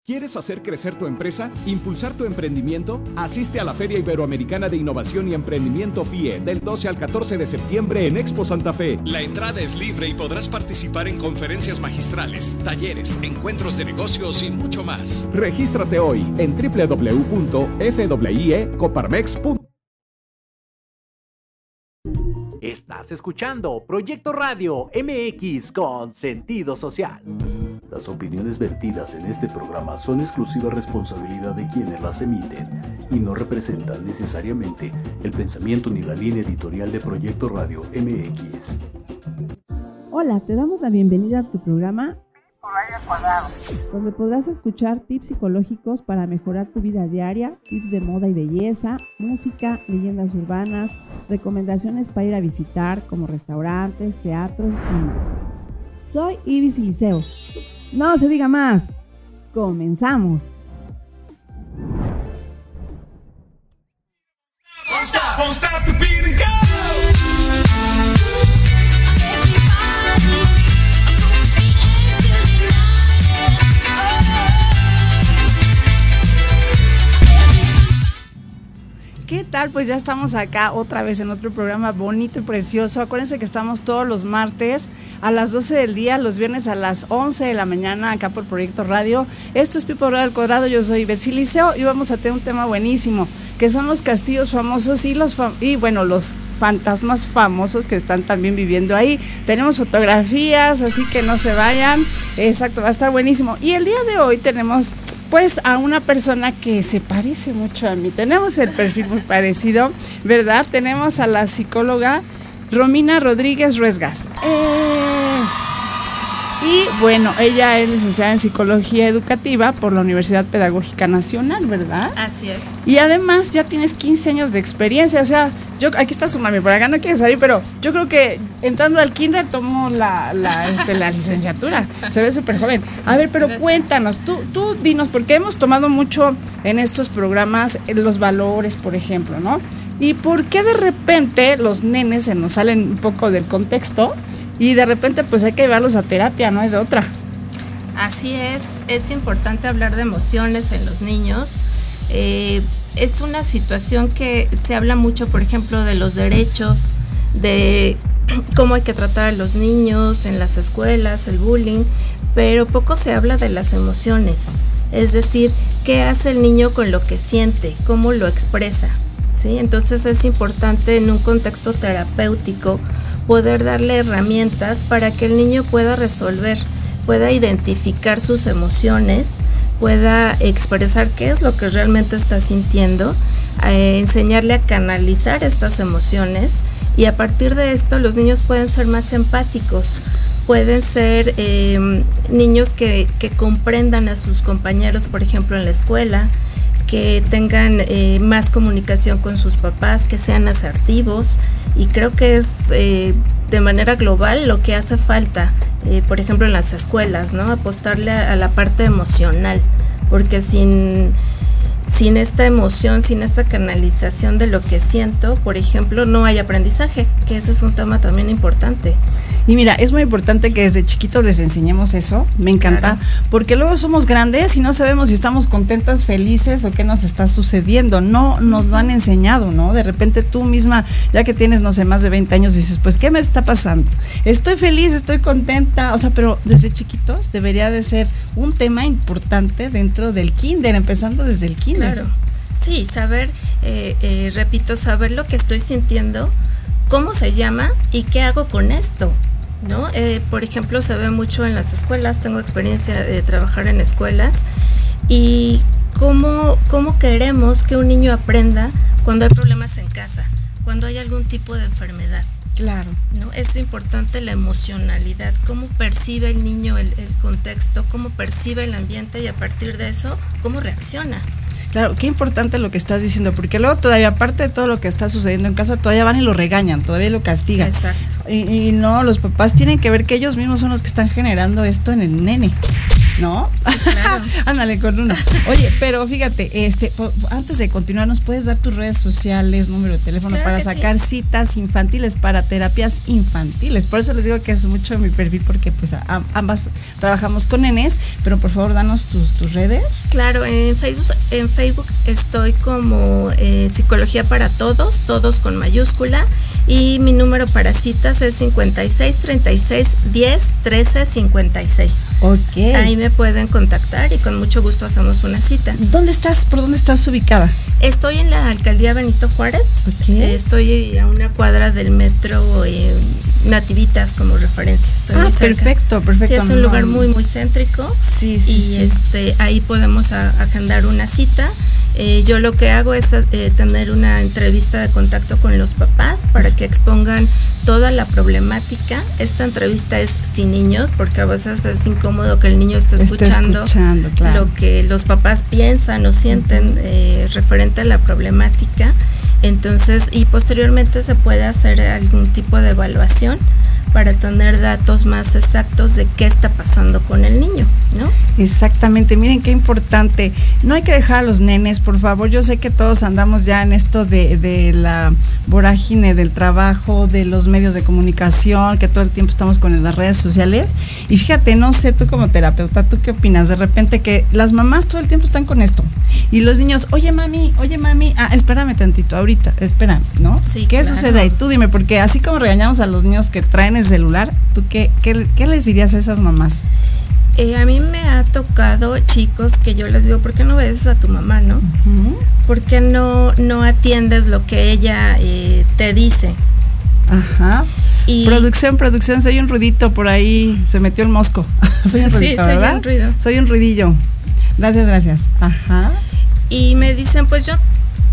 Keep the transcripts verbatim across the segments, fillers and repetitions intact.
¿Quieres hacer crecer tu empresa? ¿Impulsar tu emprendimiento? Asiste a la Feria Iberoamericana de Innovación y Emprendimiento F I E del doce al catorce de septiembre en Expo Santa Fe. La entrada es libre y podrás participar en conferencias magistrales, talleres, encuentros de negocios y mucho más. Regístrate hoy en doble u doble u doble u punto f w i e coparmex punto com. Estás escuchando Proyecto Radio M X con sentido social. Las opiniones vertidas en este programa son exclusiva responsabilidad de quienes las emiten y no representan necesariamente el pensamiento ni la línea editorial de Proyecto Radio M X. Hola, te damos la bienvenida a tu programa donde podrás escuchar tips psicológicos para mejorar tu vida diaria, tips de moda y belleza, música, leyendas urbanas, recomendaciones para ir a visitar como restaurantes, teatros y más. Soy Ibis Liceo. No se diga más. Comenzamos. ¿Qué tal? Pues ya estamos acá otra vez en otro programa bonito y precioso. Acuérdense que estamos todos los martes a las doce del día, los viernes a las once de la mañana acá por Proyecto Radio. Esto es Pipo al Cuadrado, yo soy Betsy Liceo y vamos a tener un tema buenísimo, que son los castillos famosos y los fam- y bueno, los fantasmas famosos que están también viviendo ahí. Tenemos fotografías, así que no se vayan. Exacto, va a estar buenísimo. Y el día de hoy tenemos pues a una persona que se parece mucho a mí. Tenemos el perfil muy parecido, ¿verdad? Tenemos a la psicóloga Romina Rodríguez Ruesgas. Eh, y bueno, ella es licenciada en Psicología Educativa por la Universidad Pedagógica Nacional, ¿verdad? Así es. Y además ya tienes quince años de experiencia, o sea, yo aquí está su mami, por acá no quiere salir, pero yo creo que entrando al kinder tomó la, la, este, la licenciatura, se ve súper joven. A ver, pero cuéntanos, tú, tú dinos, porque hemos tomado mucho en estos programas los valores, por ejemplo, ¿no? ¿Y por qué de repente los nenes se nos salen un poco del contexto y de repente pues hay que llevarlos a terapia, no hay de otra? Así es, es importante hablar de emociones en los niños. Eh, es una situación que se habla mucho, por ejemplo, de los derechos, de cómo hay que tratar a los niños en las escuelas, el bullying, pero poco se habla de las emociones, es decir, qué hace el niño con lo que siente, cómo lo expresa, ¿sí? Entonces es importante en un contexto terapéutico poder darle herramientas para que el niño pueda resolver, pueda identificar sus emociones, pueda expresar qué es lo que realmente está sintiendo, eh, enseñarle a canalizar estas emociones, y a partir de esto los niños pueden ser más empáticos, pueden ser eh, niños que, que comprendan a sus compañeros, por ejemplo en la escuela, que tengan eh, más comunicación con sus papás, que sean asertivos, y creo que es eh, de manera global lo que hace falta, eh, por ejemplo en las escuelas, ¿no? Apostarle a, a la parte emocional, porque sin, sin esta emoción, sin esta canalización de lo que siento, por ejemplo, no hay aprendizaje, que ese es un tema también importante. Y mira, es muy importante que desde chiquitos les enseñemos eso, me encanta, claro, porque luego somos grandes y no sabemos si estamos contentos, felices o qué nos está sucediendo, no nos lo han enseñado, ¿no? De repente tú misma, ya que tienes, no sé, más de veinte años, dices, pues, ¿qué me está pasando? Estoy feliz, estoy contenta, o sea, pero desde chiquitos debería de ser un tema importante dentro del kinder, empezando desde el kinder. Claro, sí, saber, eh, eh, repito, saber lo que estoy sintiendo, cómo se llama y qué hago con esto, ¿no? Eh, por ejemplo, se ve mucho en las escuelas, tengo experiencia de trabajar en escuelas, y cómo, cómo queremos que un niño aprenda cuando hay problemas en casa, cuando hay algún tipo de enfermedad. Claro. ¿No? Es importante la emocionalidad, cómo percibe el niño el, el contexto, cómo percibe el ambiente y a partir de eso, cómo reacciona. Claro, qué importante lo que estás diciendo, porque luego todavía, aparte de todo lo que está sucediendo en casa, todavía van y lo regañan, todavía lo castigan. Exacto. Y, y no, los papás tienen que ver que ellos mismos son los que están generando esto en el nene, ¿no? Sí, claro. Ándale con uno. Oye, pero fíjate, este, antes de continuar, ¿nos puedes dar tus redes sociales, número de teléfono Claro para que sacar sí. citas infantiles, para terapias infantiles? Por eso les digo que es mucho mi perfil, porque pues a, ambas trabajamos con nenes, pero por favor danos tus, tus redes. Claro, en Facebook, en Facebook estoy como eh, Psicología para Todos, todos con mayúscula, y mi número para citas es cincuenta y seis, treinta y seis, diez, trece, cincuenta y seis. Ok. Ahí me pueden contactar y con mucho gusto hacemos una cita. ¿Dónde estás? ¿Por dónde estás ubicada? Estoy en la alcaldía Benito Juárez. Ok. Eh, estoy a una cuadra del metro eh, Nativitas como referencia. Estoy Ah, muy cerca. perfecto, perfecto. Sí, es un No, lugar muy, muy céntrico. Sí, sí, y sí. este ahí podemos a, agendar una cita. Eh, yo lo que hago es eh, tener una entrevista de contacto con los papás para que expongan toda la problemática. Esta entrevista es sin niños, porque a veces es incómodo que el niño esté escuchando, Está escuchando, claro. lo que los papás piensan o sienten eh, referente a la problemática. Entonces, y posteriormente se puede hacer algún tipo de evaluación para tener datos más exactos de qué está pasando con el niño, ¿no? Exactamente, miren qué importante. No hay que dejar a los nenes, por favor. Yo sé que todos andamos ya en esto de, de la vorágine del trabajo, de los medios de comunicación, que todo el tiempo estamos con las redes sociales. Y fíjate, no sé, tú como terapeuta, ¿tú qué opinas? De repente que las mamás todo el tiempo están con esto. Y los niños, oye mami, oye mami, ah, espérame tantito, ahorita, espérame, ¿no? Sí, ¿Qué claro. sucede ahí? Tú dime, porque así como regañamos a los niños que traen el celular, ¿tú qué, qué, qué les dirías a esas mamás? Eh, a mí me ha tocado chicos que yo les digo, ¿por qué no obedeces a tu mamá, no? Uh-huh. ¿Por qué no, no atiendes lo que ella eh, te dice? Ajá. Y Producción, producción, soy un ruidito por ahí, se metió el mosco. Soy un sí, ruidito, soy ¿verdad? un ruido. Soy un ruidillo. Gracias, gracias. Ajá. Y me dicen, pues yo,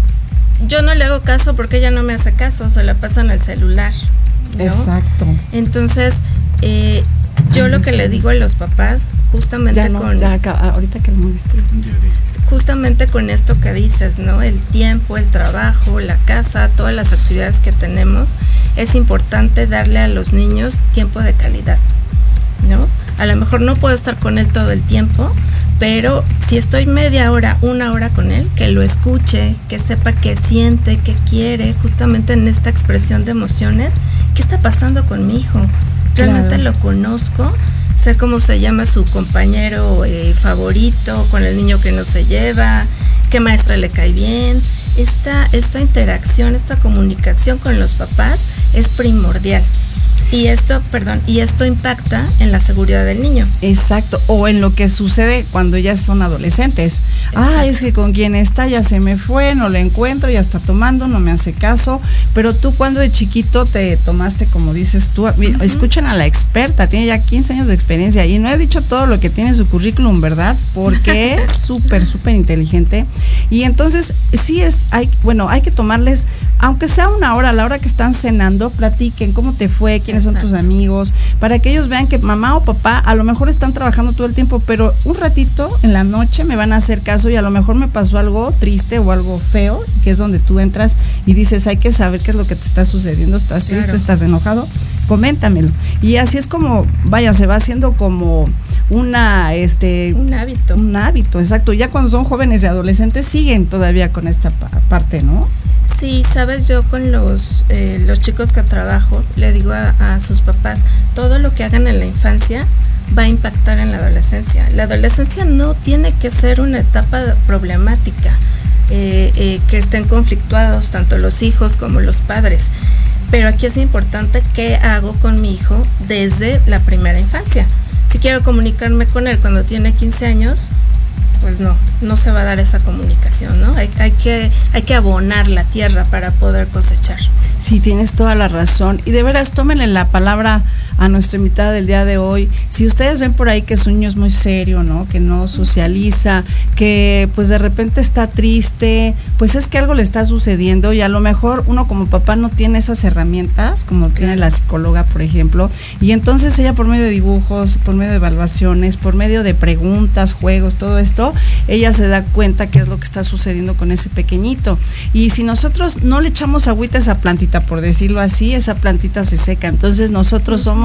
yo no le hago caso porque ella no me hace caso, se la pasa en el celular, ¿no? Exacto. Entonces, eh, yo Ay, lo que sí. le digo a los papás, justamente Ya no, con ya acá, ahorita que lo moviste. justamente con esto que dices, ¿no? El tiempo, el trabajo, la casa, todas las actividades que tenemos, es importante darle a los niños tiempo de calidad, ¿no? A lo mejor no puedo estar con él todo el tiempo, pero si estoy media hora, una hora con él, que lo escuche, que sepa qué siente, qué quiere, justamente en esta expresión de emociones, ¿qué está pasando con mi hijo? ¿Realmente Claro. lo conozco? Sé cómo se llama su compañero eh, favorito, con el niño que no se lleva, qué maestra le cae bien. Esta, esta interacción, esta comunicación con los papás es primordial. Y esto, perdón, y esto impacta en la seguridad del niño. Exacto, o en lo que sucede cuando ya son adolescentes. Exacto. Ah, es que con quien está ya se me fue, no lo encuentro, ya está tomando, no me hace caso. Pero tú cuando de chiquito te tomaste, como dices tú, mira, Uh-huh. escuchen a la experta, tiene ya quince años de experiencia y no he dicho todo lo que tiene en su currículum, ¿verdad? Porque es súper, súper inteligente. Y entonces sí es, hay, bueno, hay que tomarles, aunque sea una hora, a la hora que están cenando, platiquen cómo te fue, quiénes son tus Exacto. amigos, para que ellos vean que mamá o papá a lo mejor están trabajando todo el tiempo, pero un ratito en la noche me van a hacer caso y a lo mejor me pasó algo triste o algo feo, que es donde tú entras y dices, hay que saber qué es lo que te está sucediendo, estás triste, Claro. estás enojado, coméntamelo. Y así es como, vaya, se va haciendo como una, este... Un hábito. un hábito, exacto. Ya cuando son jóvenes y adolescentes siguen todavía con esta pa- parte, ¿no? Sí, sabes, yo con los, eh, los chicos que trabajo, le digo a, a sus papás, todo lo que hagan en la infancia va a impactar en la adolescencia. La adolescencia no tiene que ser una etapa problemática, eh, eh, que estén conflictuados tanto los hijos como los padres. Pero aquí es importante qué hago con mi hijo desde la primera infancia. Si quiero comunicarme con él cuando tiene quince años, pues no, no se va a dar esa comunicación, ¿no? Hay, hay que, hay que abonar la tierra para poder cosechar. Sí, tienes toda la razón. Y de veras, tómenle la palabra a nuestra invitada del día de hoy. Si ustedes ven por ahí que su niño es muy serio, ¿no? Que no socializa, que pues de repente está triste, pues es que algo le está sucediendo y a lo mejor uno como papá no tiene esas herramientas, como tiene la psicóloga, por ejemplo, y entonces ella por medio de dibujos, por medio de evaluaciones, por medio de preguntas, juegos, todo esto, ella se da cuenta qué es lo que está sucediendo con ese pequeñito. Y si nosotros no le echamos agüita a esa plantita, por decirlo así, esa plantita se seca. Entonces nosotros somos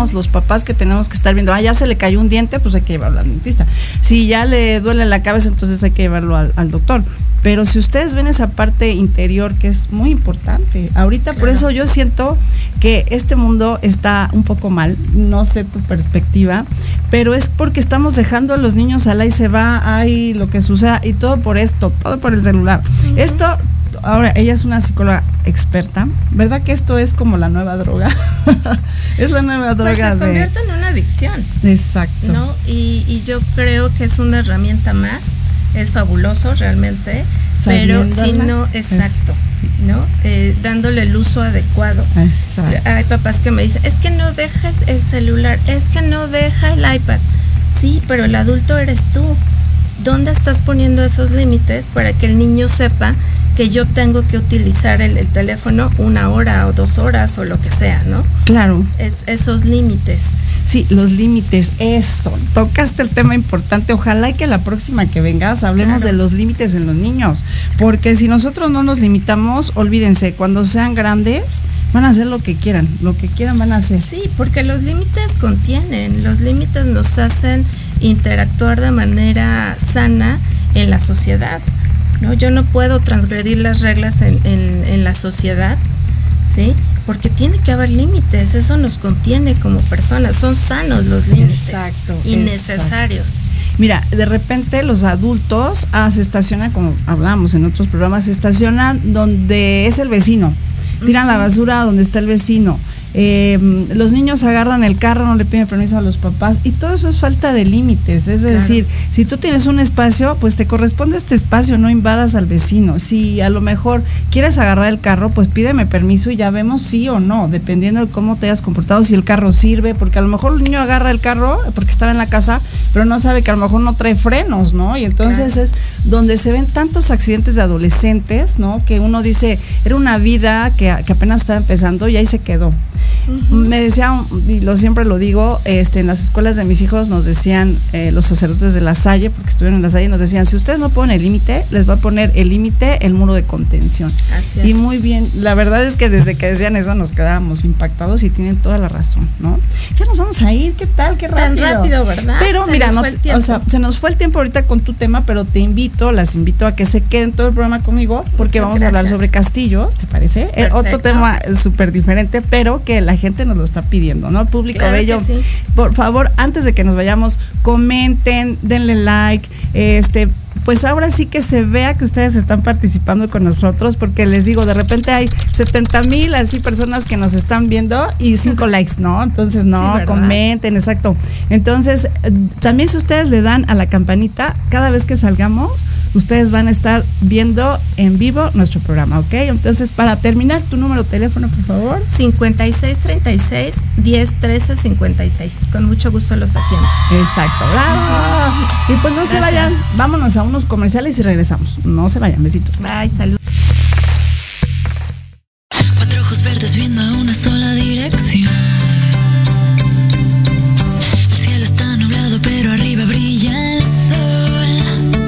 somos los papás que tenemos que estar viendo, ah, ya se le cayó un diente, pues hay que llevarlo al dentista. Si ya le duele la cabeza, entonces hay que llevarlo al, al doctor. Pero si ustedes ven esa parte interior que es muy importante, ahorita claro. Por eso yo siento que este mundo está un poco mal, no sé tu perspectiva, pero es porque estamos dejando a los niños al ahí se va, ahí lo que suceda, y todo por esto, todo por el celular. Uh-huh. Esto, ahora, ella es una psicóloga experta, ¿verdad que esto es como la nueva droga? Es la nueva droga. Pues se convierte de... en una adicción. Exacto. ¿No? Y, y yo creo que es una herramienta más. Es fabuloso realmente, pero si no, exacto, es, ¿no? Eh, dándole el uso adecuado. Exacto. Hay papás que me dicen, es que no dejas el celular, es que no deja el iPad. Sí, pero el adulto eres tú. ¿Dónde estás poniendo esos límites para que el niño sepa que yo tengo que utilizar el, el teléfono una hora o dos horas o lo que sea, ¿no? Claro. Es, esos límites. Sí, los límites, eso, tocaste el tema importante, ojalá y que la próxima que vengas hablemos claro. de los límites en los niños, porque si nosotros no nos limitamos, olvídense, cuando sean grandes van a hacer lo que quieran, lo que quieran van a hacer. Sí, porque los límites contienen, los límites nos hacen interactuar de manera sana en la sociedad, ¿no? Yo no puedo transgredir las reglas en, en, en la sociedad, ¿sí? Porque tiene que haber límites, eso nos contiene como personas, son sanos los límites. Exacto. Y necesarios. Mira, de repente los adultos ah, se estacionan, como hablamos en otros programas, se estacionan donde es el vecino, tiran uh-huh. la basura donde está el vecino. Eh, los niños agarran el carro, no le piden permiso a los papás, y todo eso es falta de límites, es claro. decir, si tú tienes un espacio, pues te corresponde este espacio, no invadas al vecino. Si a lo mejor quieres agarrar el carro, pues pídeme permiso y ya vemos sí o no, dependiendo de cómo te hayas comportado, si el carro sirve, porque a lo mejor el niño agarra el carro porque estaba en la casa, pero no sabe que a lo mejor no trae frenos, ¿no? Y entonces claro. es donde se ven tantos accidentes de adolescentes, ¿no? Que uno dice, era una vida que, que apenas estaba empezando y ahí se quedó. Uh-huh. Me decían, y lo siempre lo digo, este, en las escuelas de mis hijos nos decían eh, los sacerdotes de La Salle, porque estuvieron en La Salle, nos decían, si ustedes no ponen el límite, les va a poner el límite el muro de contención. Así es. Y muy bien, la verdad es que desde que decían eso nos quedábamos impactados y tienen toda la razón, ¿no? Ya nos vamos a ir, ¿qué tal? Qué rápido. Tan rápido, ¿verdad? Pero se mira, nos no, fue el tiempo. O sea, se nos fue el tiempo ahorita con tu tema, pero te invito, las invito a que se queden todo el programa conmigo, porque Muchas vamos gracias. a hablar sobre castillos, ¿te parece? Eh, otro tema súper diferente, pero que la gente nos lo está pidiendo, ¿no? Público claro bello, sí. Por favor, antes de que nos vayamos, comenten, denle like, este, pues ahora sí que se vea que ustedes están participando con nosotros, porque les digo, de repente hay setenta mil así personas que nos están viendo y cinco likes, ¿no? Entonces no, sí, comenten, exacto. Entonces, también si ustedes le dan a la campanita, cada vez que salgamos, ustedes van a estar viendo en vivo nuestro programa, ¿ok? Entonces, para terminar, tu número de teléfono, por favor. cincuenta y seis treinta y seis diez trece cincuenta y seis. Con mucho gusto los atiendo. Exacto, bravo. Y pues no Gracias. se vayan, vámonos a unos comerciales y regresamos. No se vayan, besitos. Bye, salud. Cuatro ojos verdes viendo a una sola dirección. El cielo está nublado, pero arriba brilla el sol.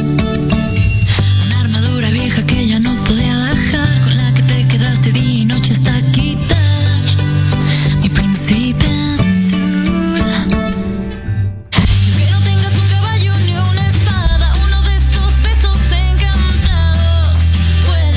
Una armadura vieja que ya no podía bajar, con la que te quedaste día y noche hasta quitar mi príncipe azul. Que no tengas un caballo ni una espada, uno de esos besos encantados. Puede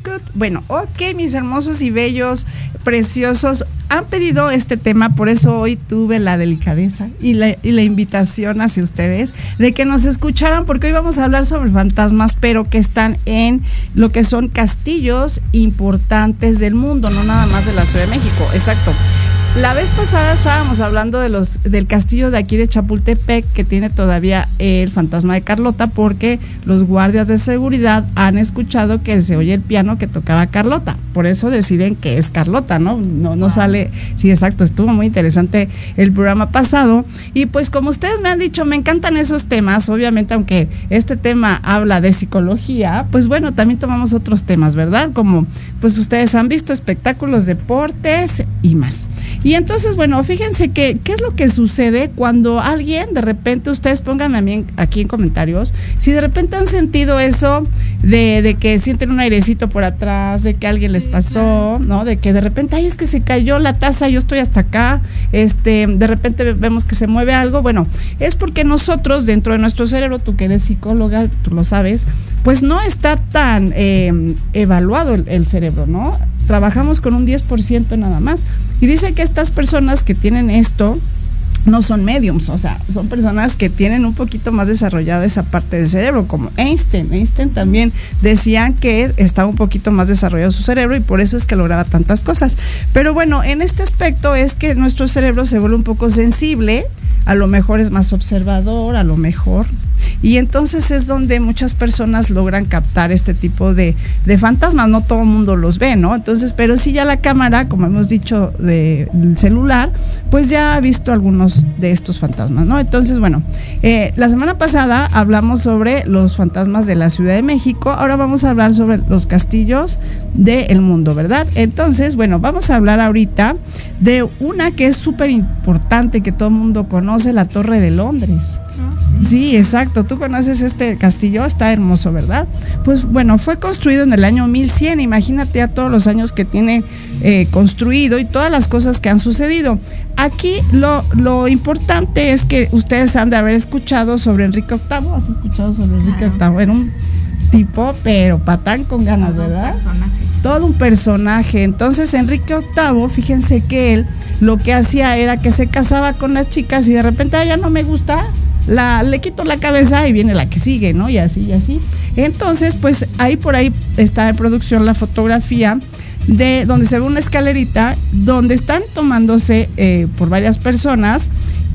Bueno, ok, mis hermosos y bellos, preciosos, han pedido este tema, por eso hoy tuve la delicadeza y la, y la invitación hacia ustedes de que nos escucharan, porque hoy vamos a hablar sobre fantasmas, pero que están en lo que son castillos importantes del mundo, no nada más de la Ciudad de México. Exacto. La vez pasada estábamos hablando de los del castillo de aquí de Chapultepec, que tiene todavía el fantasma de Carlota, porque los guardias de seguridad han escuchado que se oye el piano que tocaba Carlota, por eso deciden que es Carlota, ¿no? No, no sale, sí, exacto, estuvo muy interesante el programa pasado, y pues como ustedes me han dicho, me encantan esos temas, obviamente, aunque este tema habla de psicología, pues bueno, también tomamos otros temas, ¿verdad? Como, pues ustedes han visto espectáculos, deportes y más. Y entonces, bueno, fíjense que, ¿qué es lo que sucede cuando alguien, de repente, ustedes pónganme a mí aquí en comentarios, si de repente han sentido eso de, de que sienten un airecito por atrás, de que alguien les pasó, ¿no? De que de repente, ay, es que se cayó la taza, yo estoy hasta acá, este, de repente vemos que se mueve algo. Bueno, es porque nosotros, dentro de nuestro cerebro, tú que eres psicóloga, tú lo sabes, pues no está tan eh, evaluado el, el cerebro, ¿no? Trabajamos con un diez por ciento nada más. Y dice que estas personas que tienen esto no son mediums, o sea, son personas que tienen un poquito más desarrollada esa parte del cerebro, como Einstein. Einstein también decían que estaba un poquito más desarrollado su cerebro y por eso es que lograba tantas cosas. Pero bueno, en este aspecto es que nuestro cerebro se vuelve un poco sensible, a lo mejor es más observador, a lo mejor, y entonces es donde muchas personas logran captar este tipo de, de fantasmas. No todo el mundo los ve, ¿no? Entonces, pero sí, ya la cámara, como hemos dicho, de, del celular, pues ya ha visto algunos de estos fantasmas, ¿no? Entonces, bueno, eh, la semana pasada hablamos sobre los fantasmas de la Ciudad de México, ahora vamos a hablar sobre los castillos del mundo, ¿verdad? Entonces, bueno, vamos a hablar ahorita de una que es súper importante, que todo el mundo conoce, la Torre de Londres. Sí. sí, exacto, tú conoces este castillo, está hermoso, ¿verdad? Pues bueno, fue construido en el año mil cien, imagínate a todos los años que tiene eh, construido y todas las cosas que han sucedido. Aquí lo, lo importante es que ustedes han de haber escuchado sobre Enrique octavo, ¿has escuchado sobre Enrique claro. octavo? Era un tipo, pero patán con ganas, todo ¿verdad? Un personaje. Todo un personaje. Entonces Enrique octavo, fíjense que él lo que hacía era que se casaba con las chicas y de repente, ah, ya no me gusta, la, le quito la cabeza y viene la que sigue, ¿no? Y así, y así. Entonces, pues ahí por ahí está en producción la fotografía de donde se ve una escalerita donde están tomándose eh, por varias personas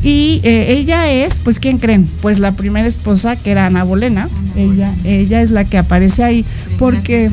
y eh, ella es, pues, ¿quién creen? Pues la primera esposa, que era Ana Bolena. Ella, ella es la que aparece ahí porque,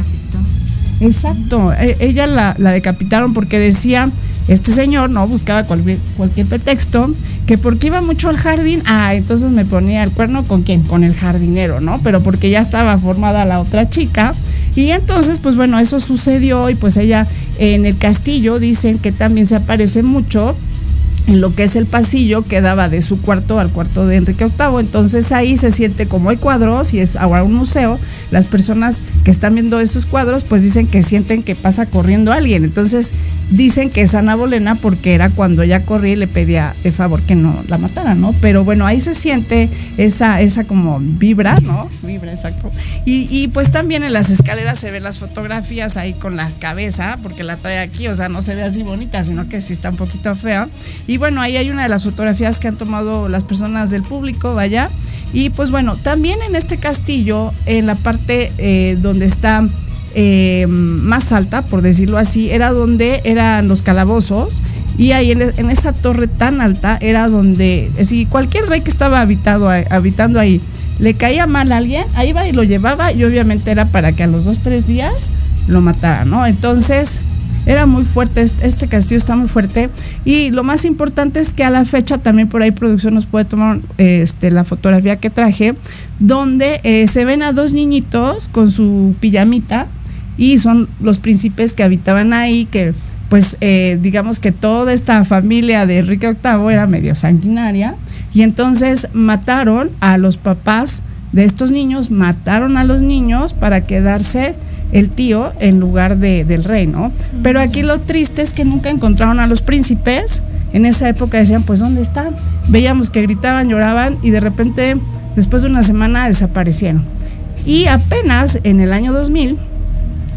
exacto, ella la, la decapitaron porque decía, este señor, no, buscaba cualquier, cualquier pretexto, que porque iba mucho al jardín, ah, entonces me ponía el cuerno, ¿con quién? Con el jardinero, ¿no? Pero porque ya estaba formada la otra chica, y entonces, pues bueno, eso sucedió, y pues ella en el castillo dicen que también se aparece mucho en lo que es el pasillo que daba de su cuarto al cuarto de Enrique octavo, entonces ahí se siente como hay cuadros y es ahora un museo, las personas que están viendo esos cuadros pues dicen que sienten que pasa corriendo alguien, entonces dicen que es Ana Bolena porque era cuando ella corría y le pedía de favor que no la matara, ¿no? Pero bueno, ahí se siente esa, esa como vibra, ¿no? Vibra, exacto. Y, y pues también en las escaleras se ven las fotografías ahí con la cabeza, porque la trae aquí, o sea, no se ve así bonita, sino que sí está un poquito fea. Y bueno, ahí hay una de las fotografías que han tomado las personas del público, vaya. Y pues bueno, también en este castillo, en la parte eh, donde está eh, más alta, por decirlo así, era donde eran los calabozos. Y ahí en, en esa torre tan alta era donde, si cualquier rey que estaba habitado, habitando ahí, le caía mal a alguien, ahí iba y lo llevaba, y obviamente era para que a los dos, tres días lo matara, ¿no? Entonces era muy fuerte, este castillo está muy fuerte, y lo más importante es que a la fecha también por ahí producción nos puede tomar este, la fotografía que traje, donde eh, se ven a dos niñitos con su pijamita, y son los príncipes que habitaban ahí, que pues eh, digamos que toda esta familia de Enrique octavo era medio sanguinaria, y entonces mataron a los papás de estos niños, mataron a los niños para quedarse el tío en lugar de, del rey, ¿no? Pero aquí lo triste es que nunca encontraron a los príncipes. En esa época decían, pues, ¿dónde están? Veíamos que gritaban, lloraban, y de repente, después de una semana, desaparecieron. Y apenas en el año dos mil,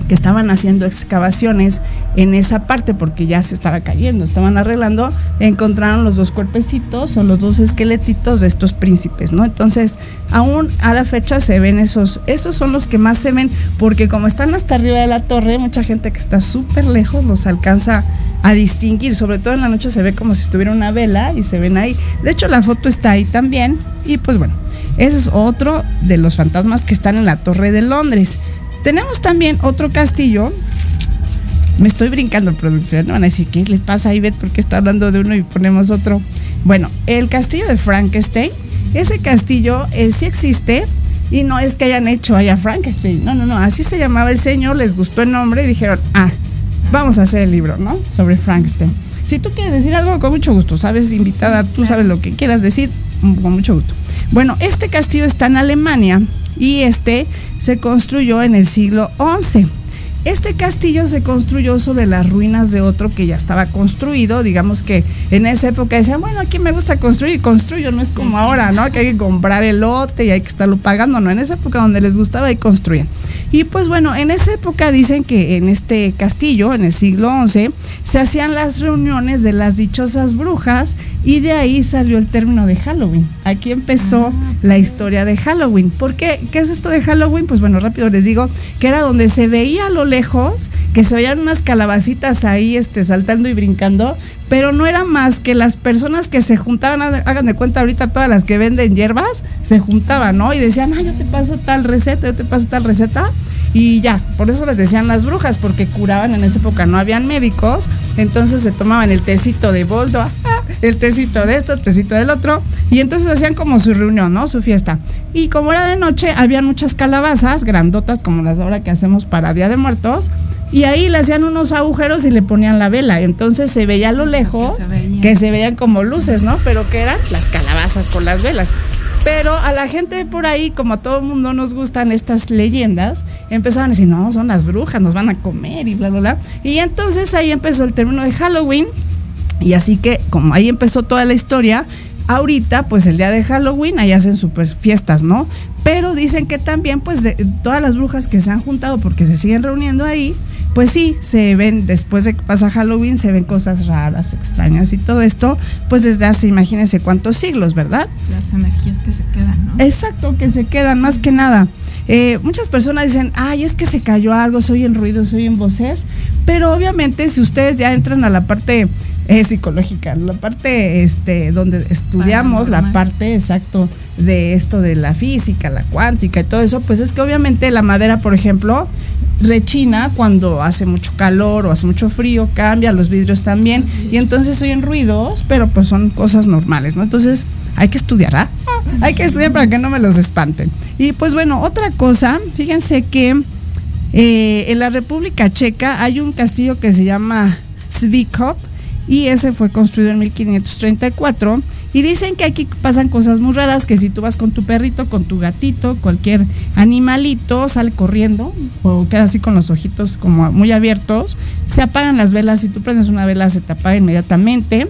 que estaban haciendo excavaciones en esa parte porque ya se estaba cayendo, estaban arreglando, encontraron los dos cuerpecitos o los dos esqueletitos de estos príncipes, ¿no? Entonces, aún a la fecha se ven esos, esos son los que más se ven, porque como están hasta arriba de la torre, mucha gente que está súper lejos los alcanza a distinguir, sobre todo en la noche se ve como si estuviera una vela y se ven ahí. De hecho, la foto está ahí también, y pues bueno, ese es otro de los fantasmas que están en la Torre de Londres. Tenemos también otro castillo. Me estoy brincando, producción, ¿no? Van a decir, ¿qué le pasa a Ivette? ¿Por qué está hablando de uno y ponemos otro? Bueno, el castillo de Frankenstein. Ese castillo eh, sí existe, y no es que hayan hecho allá Frankenstein, no, no, no, así se llamaba el señor, les gustó el nombre y dijeron, ah, vamos a hacer el libro, ¿no? Sobre Frankenstein. Si tú quieres decir algo, con mucho gusto, sabes, invitada, tú sabes lo que quieras decir, con mucho gusto. Bueno, este castillo está en Alemania y este se construyó en el siglo once. Este castillo se construyó sobre las ruinas de otro que ya estaba construido. Digamos que en esa época decían, bueno, aquí me gusta construir y construyo, no es como sí, sí. ahora, ¿no? Que hay que comprar el lote y hay que estarlo pagando, no, en esa época donde les gustaba y construían. Y pues bueno, en esa época dicen que en este castillo, en el siglo once, se hacían las reuniones de las dichosas brujas y de ahí salió el término de Halloween. Aquí empezó ah, la historia de Halloween. ¿Por qué? ¿Qué es esto de Halloween? Pues bueno, rápido les digo que era donde se veía a lo lejos, que se veían unas calabacitas ahí este, saltando y brincando, pero no era más que las personas que se juntaban, hagan de cuenta ahorita todas las que venden hierbas, se juntaban, ¿no? Y decían, ah, yo te paso tal receta, yo te paso tal receta, y ya, por eso les decían las brujas, porque curaban. En esa época no habían médicos, entonces se tomaban el tecito de boldo, ah, el tecito de esto, el tecito del otro, y entonces hacían como su reunión, ¿no? Su fiesta. Y como era de noche, había muchas calabazas grandotas, como las de ahora que hacemos para Día de Muertos, y ahí le hacían unos agujeros y le ponían la vela, entonces se veía a lo lejos que se veían, que se veían como luces, ¿no? Pero que eran las calabazas con las velas. Pero a la gente por ahí, como a todo el mundo nos gustan estas leyendas, empezaban a decir, no, son las brujas, nos van a comer y bla, bla, bla. Y entonces ahí empezó el término de Halloween, y así que como ahí empezó toda la historia. Ahorita, pues el día de Halloween, ahí hacen super fiestas, ¿no? Pero dicen que también, pues, de, todas las brujas que se han juntado porque se siguen reuniendo ahí, pues sí, se ven, después de que pasa Halloween, se ven cosas raras, extrañas y todo esto, pues desde hace, imagínense cuántos siglos, ¿verdad? Las energías que se quedan, ¿no? Exacto, que se quedan, más que nada. Eh, muchas personas dicen, ay, es que se cayó algo, soy en ruidos, soy en voces, pero obviamente si ustedes ya entran a la parte eh, psicológica, la parte este donde estudiamos la parte exacto de esto de la física, la cuántica y todo eso, pues es que obviamente la madera, por ejemplo, rechina cuando hace mucho calor o hace mucho frío, cambia, los vidrios también, y entonces oyen ruidos, pero pues son cosas normales, ¿no? Entonces hay que estudiar, ¿ah? Hay que estudiar para que no me los espanten. Y pues bueno, otra cosa, fíjense que eh, en la República Checa hay un castillo que se llama Svikov, y ese fue construido en mil quinientos treinta y cuatro, y dicen que aquí pasan cosas muy raras, que si tú vas con tu perrito, con tu gatito, cualquier animalito sale corriendo o queda así con los ojitos como muy abiertos, se apagan las velas, si tú prendes una vela se te apaga inmediatamente,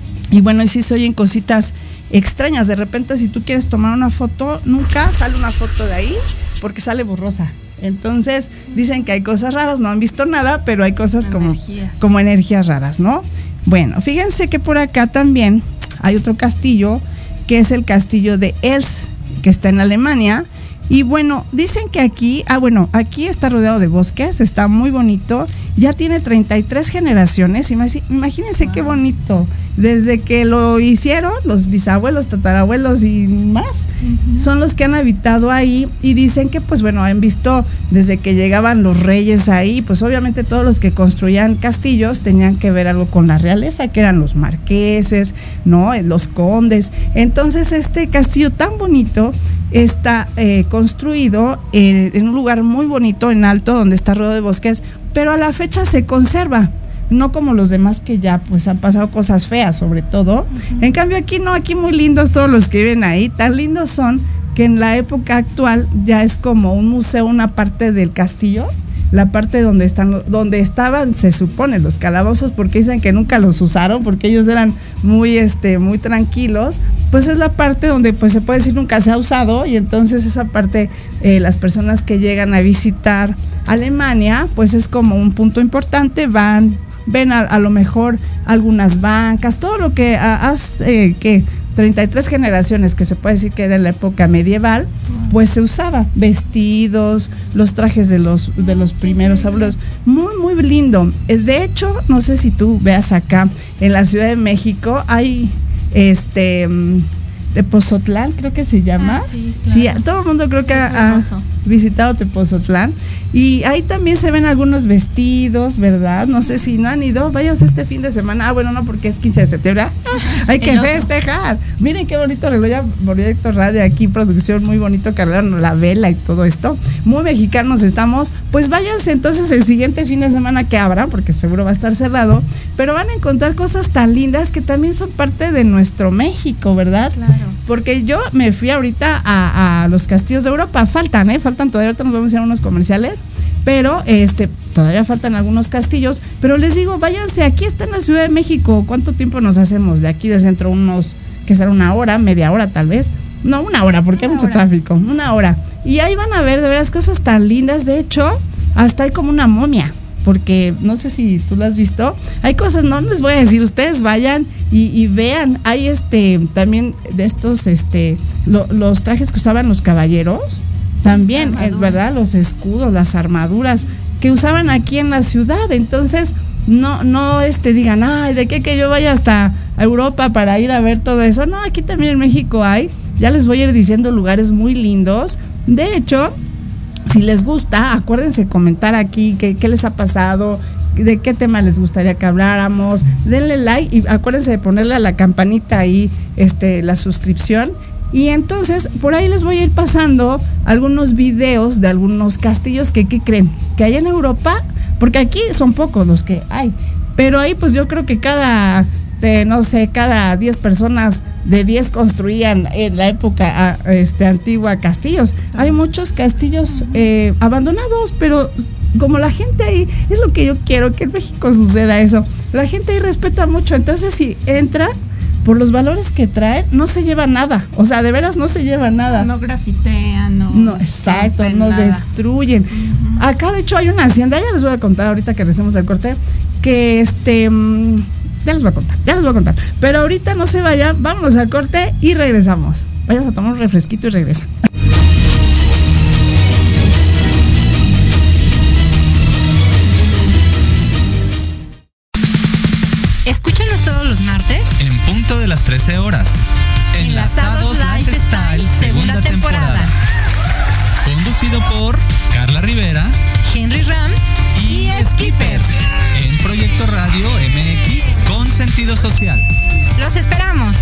y bueno, y sí se oyen cositas extrañas. De repente, si tú quieres tomar una foto, nunca sale una foto de ahí porque sale borrosa. Entonces dicen que hay cosas raras, no han visto nada, pero hay cosas como energías, como energías raras, ¿no? Bueno, fíjense que por acá también hay otro castillo, que es el castillo de Els, que está en Alemania. Y bueno, dicen que aquí, ah bueno, aquí está rodeado de bosques, está muy bonito, ya tiene treinta y tres generaciones, imagínense wow. Qué bonito, desde que lo hicieron, los bisabuelos, tatarabuelos y más, uh-huh. son los que han habitado ahí, y dicen que pues bueno, han visto desde que llegaban los reyes ahí, pues obviamente todos los que construían castillos tenían que ver algo con la realeza, que eran los marqueses, ¿no? Los condes. Entonces este castillo tan bonito está eh, construido en, en un lugar muy bonito, en alto, donde está rodeado de bosques, pero a la fecha se conserva, no como los demás que ya pues han pasado cosas feas sobre todo. Uh-huh. En cambio aquí no, aquí muy lindos todos los que viven ahí, tan lindos son que en la época actual ya es como un museo, una parte del castillo, la parte donde están, donde estaban, se supone, los calabozos, porque dicen que nunca los usaron, porque ellos eran muy, este, muy tranquilos, pues es la parte donde, pues se puede decir, nunca se ha usado, y entonces esa parte, eh, las personas que llegan a visitar Alemania, pues es como un punto importante, van, ven a, a lo mejor algunas bancas, todo lo que hace eh, que treinta y tres generaciones, que se puede decir que era en la época medieval, pues se usaba vestidos, los trajes de los de los primeros abuelos, muy muy lindo. De hecho, no sé si tú veas acá en la Ciudad de México hay este Tepozotlán, creo que se llama. Ah, sí, claro. Sí, todo el mundo creo que ha, ha visitado Tepozotlán. Y ahí también se ven algunos vestidos, ¿verdad? No sé si no han ido, vayas este fin de semana. Ah, bueno, no, porque es quince de septiembre. Hay que festejar. Miren qué bonito reloj, ya Proyecto Radio aquí, producción muy bonito, cargaron la vela y todo esto. Muy mexicanos estamos. Pues váyanse entonces el siguiente fin de semana que abra, porque seguro va a estar cerrado, pero van a encontrar cosas tan lindas que también son parte de nuestro México, ¿verdad? Claro. Porque yo me fui ahorita a, a los castillos de Europa, faltan, ¿eh? Faltan todavía, ahorita nos vamos a ir a unos comerciales, pero este todavía faltan algunos castillos, pero les digo, váyanse, aquí está en la Ciudad de México. ¿Cuánto tiempo nos hacemos de aquí de centro? Unos, que será una hora, media hora tal vez, no, una hora, porque una hay mucho hora. tráfico, una hora, y ahí van a ver de veras cosas tan lindas. De hecho, hasta hay como una momia, porque no sé si tú lo has visto, hay cosas, no les voy a decir, ustedes vayan y, y vean, hay este también de estos este lo, los trajes que usaban los caballeros, también, es verdad, los escudos, las armaduras que usaban aquí en la ciudad. Entonces no no este digan, ay, de qué que yo vaya hasta Europa para ir a ver todo eso. No, aquí también en México hay, ya les voy a ir diciendo lugares muy lindos. De hecho, si les gusta, acuérdense comentar aquí qué, qué les ha pasado, de qué tema les gustaría que habláramos, denle like y acuérdense de ponerle a la campanita ahí este la suscripción. Y entonces por ahí les voy a ir pasando algunos videos de algunos castillos que, ¿qué creen? Que hay en Europa, porque aquí son pocos los que hay, pero ahí pues yo creo que cada, de, no sé, cada diez personas de diez construían en la época este, antigua castillos. Hay muchos castillos eh, abandonados, pero como la gente ahí, es lo que yo quiero, que en México suceda eso, la gente ahí respeta mucho, entonces si entra, por los valores que traen, no se lleva nada, o sea, de veras no se lleva nada. No grafitean, no. No, exacto, no nada. Destruyen. Uh-huh. Acá, de hecho, hay una hacienda, ya les voy a contar ahorita que regresemos al corte, que este, ya les voy a contar, ya les voy a contar, pero ahorita no se vayan, vámonos al corte y regresamos. Vayamos a tomar un refresquito y regresa. Escúchanos todos los martes en punto de las trece horas. Enlazados Lifestyle, segunda temporada. Conducido por Carla Rivera, Henry Ram y Skipper. En Proyecto Radio M X con sentido social. Los esperamos.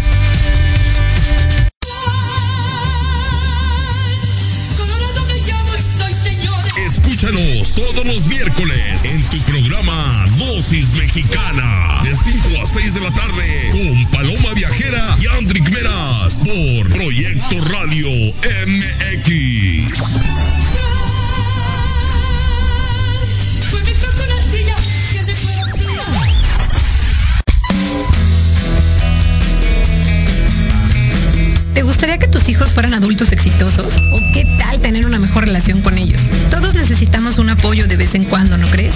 Escúchanos todos los miércoles en tu programa Dosis Mexicana de cinco a seis de la tarde con Paloma Viajera y Andrick Meras por Proyecto Radio M X. ¿Te gustaría que tus hijos fueran adultos exitosos? ¿O qué tal tener una mejor relación con ellos? Todos necesitamos un apoyo de vez en cuando, ¿no crees?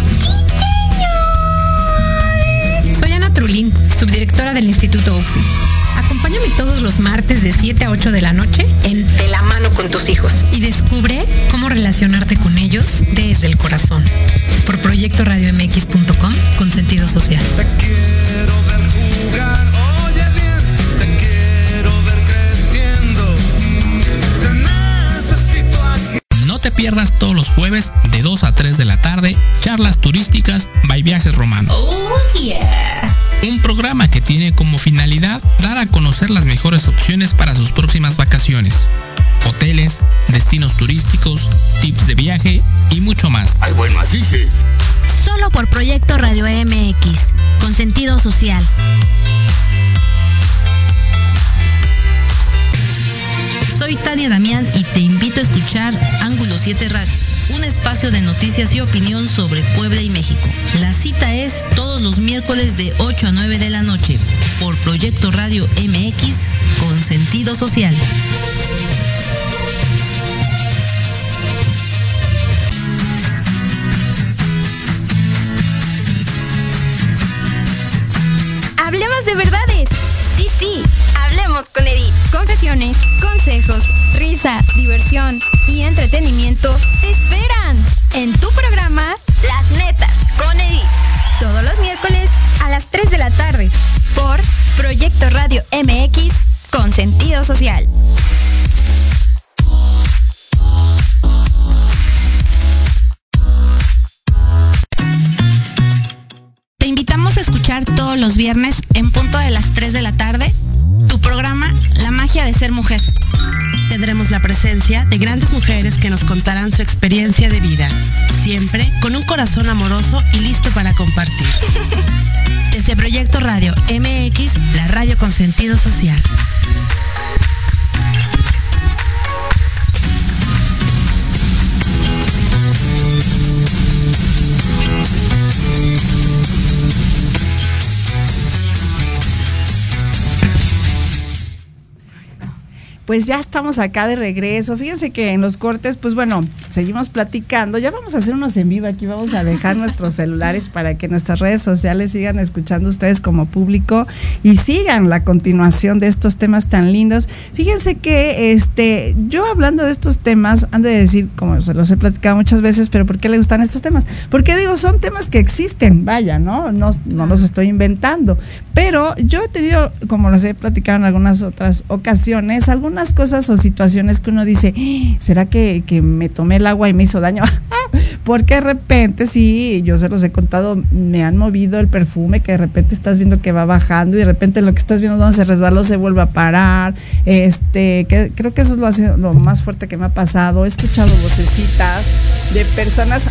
Soy Ana Trulín, subdirectora del Instituto O F I. Acompáñame todos los martes de siete a ocho de la noche en De la mano con tus hijos y descubre cómo relacionarte con ellos desde el corazón. Por proyecto radio m x punto com con sentido social. Te quiero ver jugar, oye bien, te quiero ver creciendo. Te necesito aquí. No te pierdas todos los jueves de dos a tres de la tarde, charlas turísticas by Viajes Romano. Oh, yeah. Un programa que tiene como finalidad dar a conocer las mejores opciones para sus próximas vacaciones. Hoteles, destinos turísticos, tips de viaje y mucho más. Ay, bueno, así sí. Solo por Proyecto Radio M X, con sentido social. Soy Tania Damián y te invito a escuchar Ángulo siete Radio, un espacio de noticias y opinión sobre Puebla y México. La cita es todos los miércoles de ocho a nueve de la noche por Proyecto Radio M X con sentido social. risa, diversión y entretenimiento te esperan en tu programa Las Netas con Edith. Todos los miércoles a las tres de la tarde por Proyecto Radio M X con sentido social. Te invitamos a escuchar todos los viernes en punto de las tres de la tarde tu programa La Magia de Ser Mujer. Tendremos la presencia de grandes mujeres que nos contarán su experiencia de vida, siempre con un corazón amoroso y listo para compartir. Desde Proyecto Radio M X, la radio con sentido social. Pues ya estamos acá de regreso. Fíjense que en los cortes, pues bueno, seguimos platicando. Ya vamos a hacer unos en vivo aquí. Vamos a dejar nuestros celulares para que nuestras redes sociales sigan escuchando ustedes como público y sigan la continuación de estos temas tan lindos. Fíjense que este, yo hablando de estos temas, han de decir, como se los he platicado muchas veces, pero ¿por qué le gustan estos temas? Porque digo, son temas que existen, vaya, ¿no? No, no los estoy inventando. Pero yo he tenido, como les he platicado en algunas otras ocasiones, algunas unas cosas o situaciones que uno dice, ¿será que, que me tomé el agua y me hizo daño? Porque de repente, sí, yo se los he contado, me han movido el perfume, que de repente estás viendo que va bajando y de repente lo que estás viendo donde se resbaló se vuelve a parar. Este, que creo que eso es lo, hace, lo más fuerte que me ha pasado. He escuchado vocecitas de personas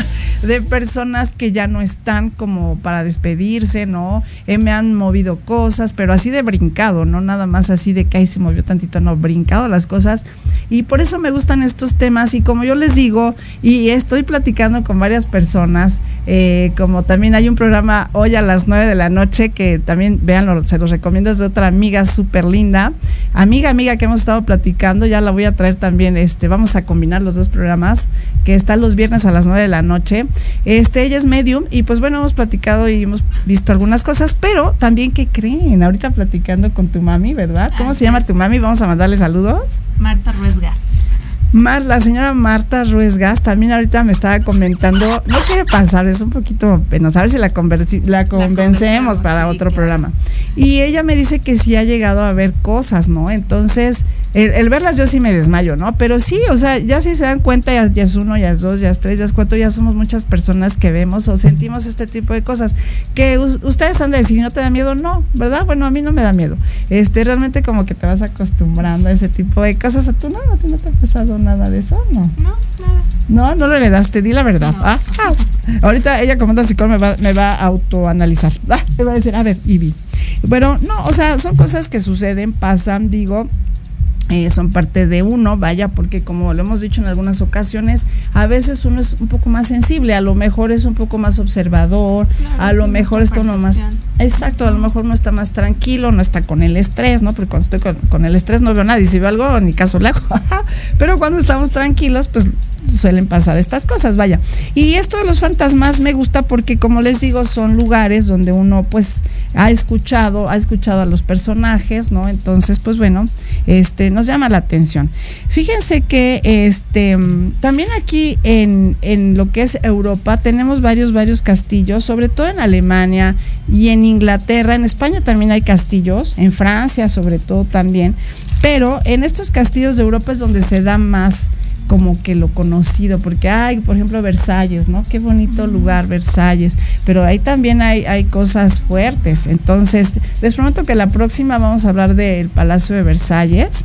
de personas que ya no están como para despedirse, ¿no? Eh, me han movido cosas, pero así de brincado, no nada más así de que ahí se movió tantito, no, brincado las cosas. Y por eso me gustan estos temas y como yo les digo, y estoy platicando con varias personas, eh, como también hay un programa hoy a las nueve de la noche que también, véanlo, se los recomiendo, es de otra amiga súper linda, amiga, amiga que hemos estado platicando, ya la voy a traer también, este, vamos a combinar los dos programas, que están los viernes a las nueve de la noche. Este, ella es medium y pues bueno, hemos platicado y hemos visto algunas cosas, pero también, ¿qué creen? Ahorita platicando con tu mami, ¿verdad? ¿Cómo Así se llama es. tu mami? Vamos a mandarle saludos. Marta Ruesgas. Mar, la señora Marta Ruesgas también ahorita me estaba comentando, no quiere pasar, es un poquito penoso, a ver si la, conversi, la convencemos la para sí, otro claro. programa. Y ella me dice que sí ha llegado a ver cosas, ¿no? Entonces, el, el verlas yo sí me desmayo, ¿no? Pero sí, o sea, ya si se dan cuenta, ya, ya es uno, ya es dos, ya es tres, ya es cuatro, ya somos muchas personas que vemos o sentimos este tipo de cosas. Que u- ustedes han de decir, ¿no te da miedo? No, ¿verdad? Bueno, a mí no me da miedo. Este, realmente como que te vas acostumbrando a ese tipo de cosas. ¿A tú no? ¿A ti no te ha pasado nada de eso? No. No, nada. No, no lo heredaste, di la verdad. No. Ah, ah. Ahorita ella como anda psicóloga me va, me va a autoanalizar. Ah, me va a decir, a ver, Ivy. Bueno, no, o sea, son cosas que suceden, pasan, digo, eh, son parte de uno, vaya, porque como lo hemos dicho en algunas ocasiones, a veces uno es un poco más sensible, a lo mejor es un poco más observador, claro, a lo mejor está uno más, exacto, a lo mejor uno está más tranquilo, no está con el estrés, ¿no? Porque cuando estoy con, con el estrés no veo nada y si veo algo ni caso le hago, pero cuando estamos tranquilos, pues suelen pasar estas cosas, vaya. Y esto de los fantasmas me gusta porque, como les digo, son lugares donde uno pues ha escuchado, ha escuchado a los personajes, ¿no? Entonces, pues bueno, este nos llama la atención. Fíjense que este también aquí en, en lo que es Europa tenemos varios, varios castillos, sobre todo en Alemania y en Inglaterra, en España también hay castillos, en Francia sobre todo también, pero en estos castillos de Europa es donde se da más como que lo conocido, porque hay, por ejemplo, Versalles, ¿no? Qué bonito lugar, Versalles, pero ahí también hay, hay cosas fuertes. Entonces, les prometo que la próxima vamos a hablar del Palacio de Versalles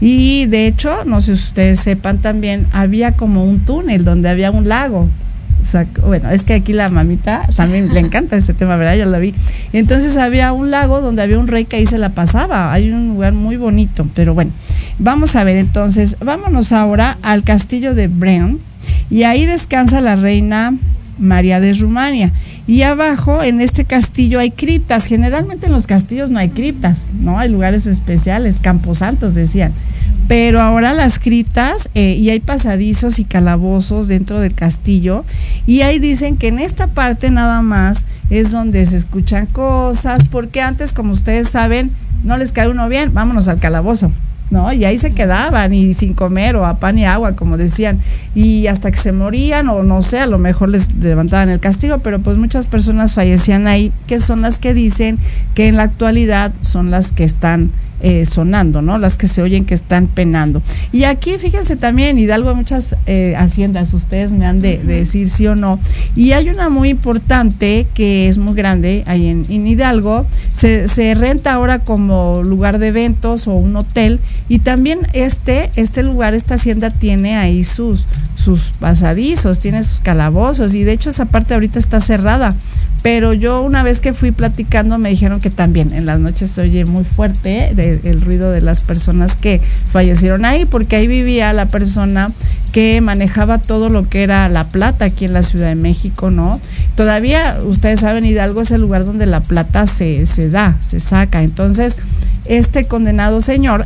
y de hecho, no sé si ustedes sepan también, había como un túnel donde había un lago. O sea, bueno, es que aquí la mamita también le encanta ese tema, ¿verdad? Yo la vi. Y entonces había un lago donde había un rey que ahí se la pasaba. Hay un lugar muy bonito, pero bueno, vamos a ver entonces, vámonos ahora al castillo de Brem y ahí descansa la reina María de Rumania. Y abajo en este castillo hay criptas. Generalmente en los castillos no hay criptas, ¿no? Hay lugares especiales, camposantos decían. Pero ahora las criptas, eh, y hay pasadizos y calabozos dentro del castillo, y ahí dicen que en esta parte nada más es donde se escuchan cosas, porque antes, como ustedes saben, no les cae uno bien, vámonos al calabozo, ¿no? Y ahí se quedaban y sin comer o a pan y agua, como decían, y hasta que se morían o no sé, a lo mejor les levantaban el castigo, pero pues muchas personas fallecían ahí, que son las que dicen que en la actualidad son las que están Eh, sonando, ¿no? Las que se oyen que están penando. Y aquí, fíjense también, Hidalgo hay muchas eh, haciendas, ustedes me han de, de decir sí o no. Y hay una muy importante que es muy grande, ahí en, en Hidalgo, se, se renta ahora como lugar de eventos o un hotel, y también este, este lugar, esta hacienda tiene ahí sus, sus pasadizos, tiene sus calabozos, y de hecho esa parte ahorita está cerrada. Pero yo una vez que fui platicando me dijeron que también en las noches se oye muy fuerte de, el ruido de las personas que fallecieron ahí, porque ahí vivía la persona que manejaba todo lo que era la plata aquí en la Ciudad de México, ¿no? Todavía, ustedes saben, Hidalgo es el lugar donde la plata se, se da, se saca. Entonces, este condenado señor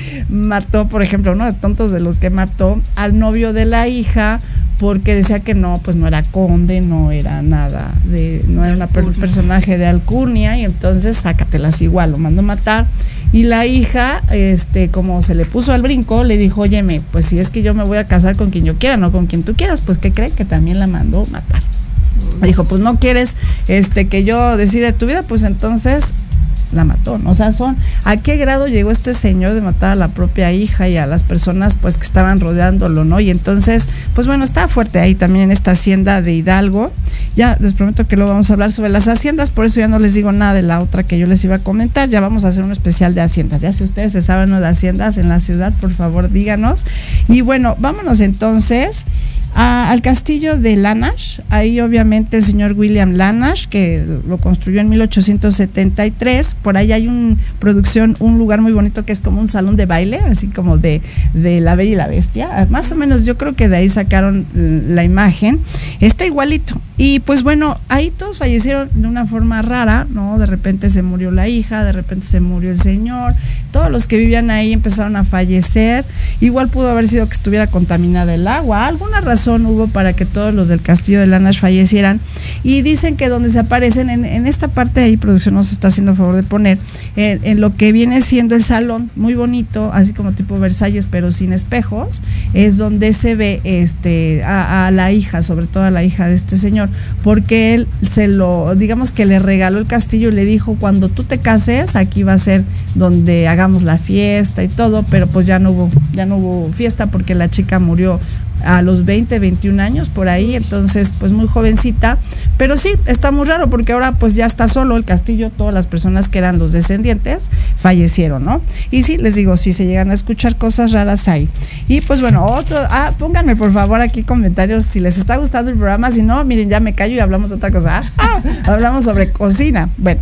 mató, por ejemplo, uno de tontos de los que mató al novio de la hija, porque decía que no, pues no era conde, no era nada, de, no era un personaje de alcurnia, y entonces sácatelas igual, lo mandó matar. Y la hija, este, como se le puso al brinco, le dijo, óyeme, pues si es que yo me voy a casar con quien yo quiera, no con quien tú quieras, pues ¿qué cree? Que también la mandó matar. Dijo, pues no quieres este que yo decida tu vida, pues entonces la mató, ¿no? O sea, son, ¿a qué grado llegó este señor de matar a la propia hija y a las personas pues que estaban rodeándolo, ¿no? Y entonces, pues bueno, está fuerte ahí también en esta hacienda de Hidalgo. Ya les prometo que luego vamos a hablar sobre las haciendas, por eso ya no les digo nada de la otra que yo les iba a comentar. Ya vamos a hacer un especial de haciendas. Ya si ustedes se saben, ¿no?, de haciendas en la ciudad, por favor díganos. Y bueno, vámonos entonces a, al castillo de Lanash. Ahí obviamente el señor William Lanash, que lo construyó en mil ochocientos setenta y tres. Por ahí hay una producción, un lugar muy bonito que es como un salón de baile, así como de, de La Bella y la Bestia. Más o menos yo creo que de ahí sacaron la imagen. Está igualito. Y pues bueno, ahí todos fallecieron de una forma rara, ¿no? De repente se murió la hija, de repente se murió el señor, todos los que vivían ahí empezaron a fallecer. Igual pudo haber sido que estuviera contaminada el agua, alguna razón hubo para que todos los del castillo de Lanash fallecieran. Y dicen que donde se aparecen, en, en esta parte de ahí, producción nos está haciendo favor de poner, en, en lo que viene siendo el salón, muy bonito, así como tipo Versalles, pero sin espejos, es donde se ve este a, a la hija, sobre todo a la hija de este señor, porque él se lo, digamos que le regaló el castillo y le dijo, cuando tú te cases, aquí va a ser donde hagamos la fiesta y todo, pero pues ya no hubo, ya no hubo fiesta porque la chica murió a los veinte, veintiún años por ahí, entonces pues muy jovencita, pero sí, está muy raro porque ahora pues ya está solo el castillo, todas las personas que eran los descendientes fallecieron, ¿no? Y sí, les digo, sí se llegan a escuchar cosas raras ahí. Y pues bueno, otro, ah, pónganme por favor aquí comentarios si les está gustando el programa, si no, miren, ya me callo y hablamos de otra cosa. Ah, hablamos sobre cocina. Bueno,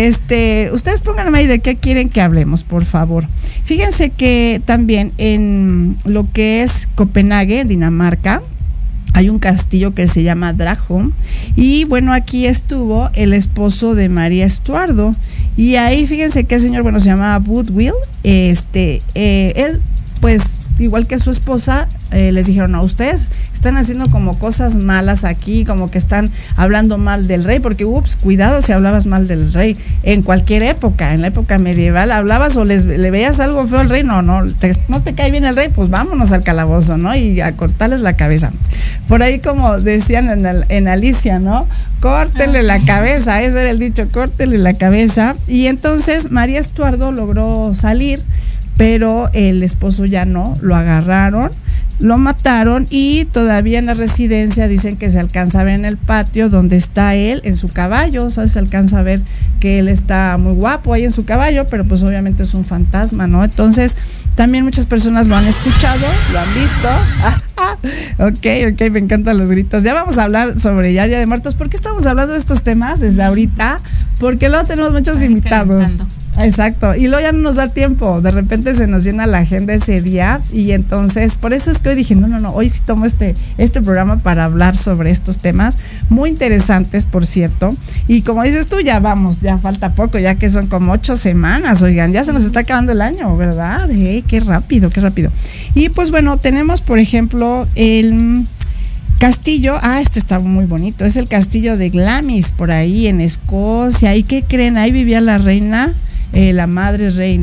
este, ustedes pónganme ahí de qué quieren que hablemos, por favor. Fíjense que también en lo que es Copenhague, Dinamarca, hay un castillo que se llama Dragholm, y bueno, aquí estuvo el esposo de María Estuardo, y ahí fíjense que el señor, bueno, se llamaba Woodville, este, eh, él pues igual que su esposa, eh, les dijeron, no, ustedes están haciendo como cosas malas aquí, como que están hablando mal del rey, porque ups, cuidado si hablabas mal del rey en cualquier época, en la época medieval, hablabas o les, le veías algo feo al rey, no, no, te, no te cae bien el rey, pues vámonos al calabozo, ¿no? Y a cortarles la cabeza. Por ahí como decían en, en Alicia, ¿no? Córtenle la cabeza, ese era el dicho, córtenle la cabeza. Y entonces María Estuardo logró salir, pero el esposo ya no, lo agarraron, lo mataron, y todavía en la residencia dicen que se alcanza a ver en el patio donde está él en su caballo, o sea, se alcanza a ver que él está muy guapo ahí en su caballo, pero pues obviamente es un fantasma, ¿no? Entonces también muchas personas lo han escuchado, lo han visto. Ah, ah, ok, ok, me encantan los gritos. Ya vamos a hablar sobre ya Día de Muertos. ¿Por qué estamos hablando de estos temas desde ahorita? Porque luego tenemos muchos invitados. Exacto, y luego ya no nos da tiempo, de repente se nos llena la agenda ese día, y entonces por eso es que hoy dije, no, no, no, hoy sí tomo este, este programa para hablar sobre estos temas, muy interesantes, por cierto, y como dices tú, ya vamos, ya falta poco, ya que son como ocho semanas, oigan, ya se nos está acabando el año, ¿verdad? Eh, qué rápido, qué rápido. Y pues bueno, tenemos por ejemplo el castillo, ah, este está muy bonito, es el castillo de Glamis, por ahí en Escocia. ¿Y qué creen? Ahí vivía la reina, Eh, la madre reina,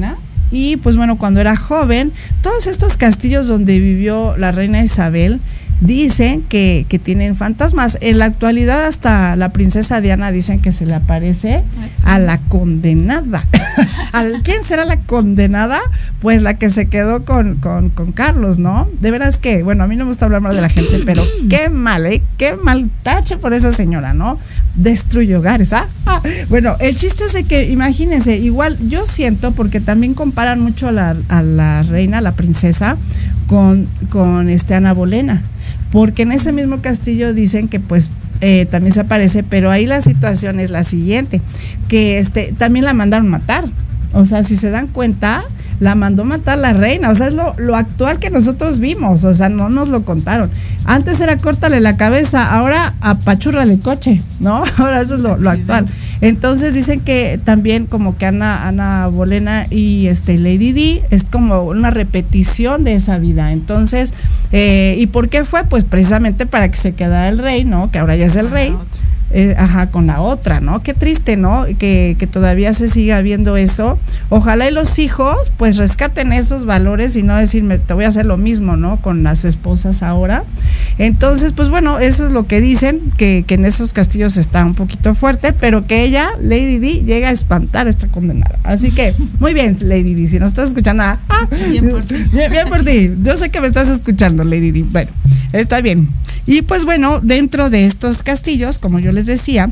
y pues bueno, cuando era joven, todos estos castillos donde vivió la reina Isabel dicen que, que tienen fantasmas. En la actualidad hasta la princesa Diana dicen que se le aparece a la condenada. ¿Quién será la condenada? Pues la que se quedó con, con, con Carlos, ¿no? De veras que, bueno, a mí no me gusta hablar mal de la gente, pero qué mal, ¿eh? Qué mal tache por esa señora, ¿no? Destruye hogares, ¿ah? ah. Bueno, el chiste es de que, imagínense, igual yo siento, porque también comparan mucho a la, a la reina, a la princesa, con, con este Ana Bolena. Porque en ese mismo castillo dicen que pues eh, también se aparece, pero ahí la situación es la siguiente, que este también la mandaron matar. O sea, si se dan cuenta, la mandó matar la reina. O sea, es lo, lo actual que nosotros vimos. O sea, no nos lo contaron. Antes era córtale la cabeza, ahora apachúrrale el coche, ¿no? Ahora eso es lo, lo actual. Entonces dicen que también como que Ana, Ana Bolena y este Lady Di es como una repetición de esa vida. Entonces, eh, ¿y por qué fue? Pues precisamente para que se quedara el rey, ¿no? Que ahora ya es el rey. Eh, ajá, con la otra, ¿no? Qué triste, ¿no? Que, que todavía se siga viendo eso. Ojalá y los hijos pues rescaten esos valores y no decirme, te voy a hacer lo mismo, ¿no? Con las esposas ahora. Entonces, pues bueno, eso es lo que dicen, que, que en esos castillos está un poquito fuerte, pero que ella, Lady Di, llega a espantar a esta condenada. Así que, muy bien, Lady Di, si nos estás escuchando, ah, bien por ti. Bien, bien por ti. Yo sé que me estás escuchando, Lady Di. Bueno, está bien. Y pues bueno, dentro de estos castillos, como yo les decía,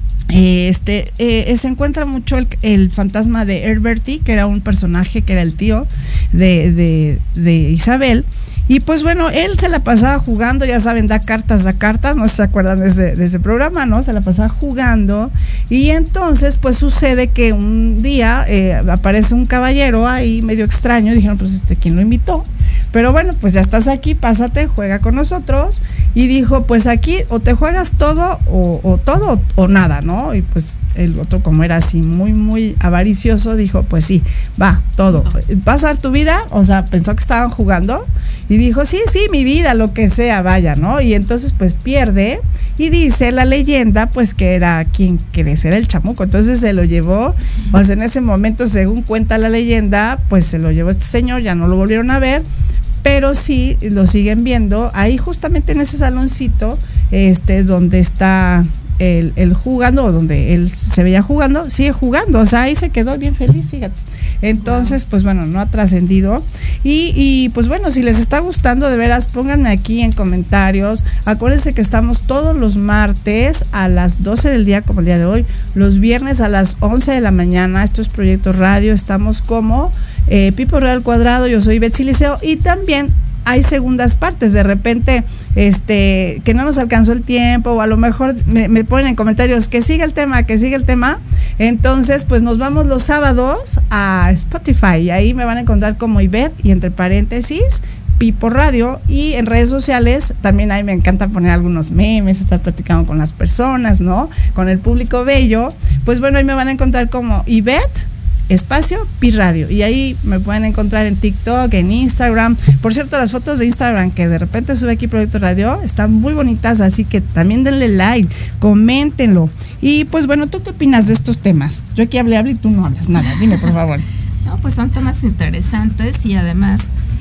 eh, este eh, se encuentra mucho el, el fantasma de Herberti, que era un personaje que era el tío de, de, de Isabel. Y pues bueno, él se la pasaba jugando, ya saben, da cartas, da cartas, no se acuerdan de ese, de ese programa, ¿no? Se la pasaba jugando y entonces pues sucede que un día eh, aparece un caballero ahí medio extraño, dijeron pues este, ¿quién lo invitó? Pero bueno, pues ya estás aquí, pásate, juega con nosotros. Y dijo, pues aquí o te juegas todo o, o todo o, o nada, ¿no? Y pues el otro, como era así muy, muy avaricioso, dijo, pues sí, va, todo. ¿Vas a dar tu vida? O sea, pensó que estaban jugando y dijo, sí, sí, mi vida, lo que sea, vaya, ¿no? Y entonces pues pierde y dice la leyenda, pues que era quien quiere ser el chamuco. Entonces se lo llevó, o sea, en ese momento, según cuenta la leyenda, pues se lo llevó este señor, ya no lo volvieron a ver. Pero sí lo siguen viendo ahí justamente en ese saloncito este donde está el, el jugando, o donde él se veía jugando, sigue jugando, o sea, ahí se quedó bien feliz, fíjate. Entonces, pues bueno, no ha trascendido. Y, y pues bueno, si les está gustando, de veras, pónganme aquí en comentarios. Acuérdense que estamos todos los martes a las doce del día, como el día de hoy, los viernes a las once de la mañana. Esto es Proyecto Radio, estamos como eh, Pipo Real Cuadrado, yo soy Betsy Liceo, y también hay segundas partes, de repente este que no nos alcanzó el tiempo, o a lo mejor me, me ponen en comentarios que sigue el tema, que sigue el tema, entonces pues nos vamos los sábados a Spotify y ahí me van a encontrar como Ivette y entre paréntesis Pipo Radio, y en redes sociales también ahí me encanta poner algunos memes, estar platicando con las personas, ¿no? Con el público bello, pues bueno, ahí me van a encontrar como Ivette espacio Pi Radio, y ahí me pueden encontrar en TikTok, en Instagram. Por cierto, las fotos de Instagram que de repente sube aquí Proyecto Radio están muy bonitas, así que también denle like, coméntenlo. Y pues bueno, ¿tú qué opinas de estos temas? Yo aquí hablé, hablé y tú no hablas nada, dime por favor. No, pues son temas interesantes y además